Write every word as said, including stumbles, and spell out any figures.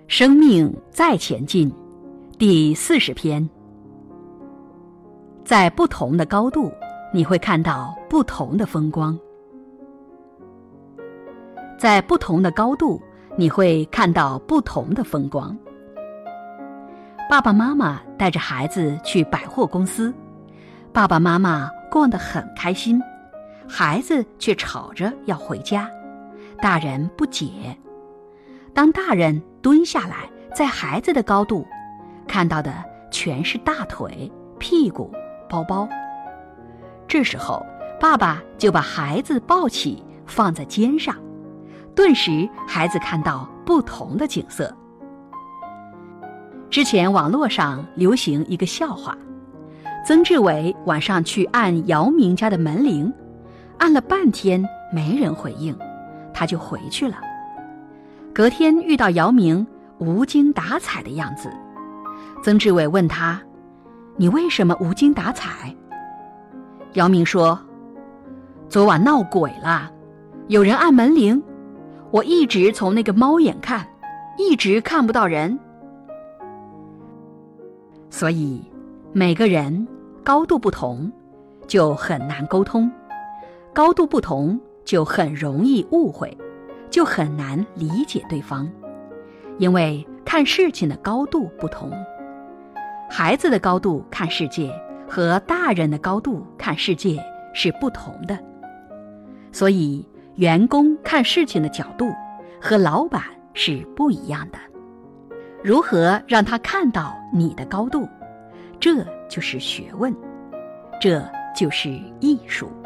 生命再前进，第四十篇。在不同的高度，你会看到不同的风光。在不同的高度，你会看到不同的风光。爸爸妈妈带着孩子去百货公司，爸爸妈妈逛得很开心，孩子却吵着要回家，大人不解。当大人蹲下来，在孩子的高度看到的全是大腿、屁股、包包，这时候爸爸就把孩子抱起放在肩上，顿时孩子看到不同的景色。之前网络上流行一个笑话，曾志伟晚上去按姚明家的门铃，按了半天没人回应，他就回去了。隔天遇到姚明无精打采的样子，曾志伟问他：你为什么无精打采？姚明说：昨晚闹鬼了，有人按门铃，我一直从那个猫眼看，一直看不到人。所以每个人高度不同，就很难沟通，高度不同就很容易误会，就很难理解对方，因为看事情的高度不同。孩子的高度看世界和大人的高度看世界是不同的，所以员工看事情的角度和老板是不一样的。如何让他看到你的高度，这就是学问，这就是艺术。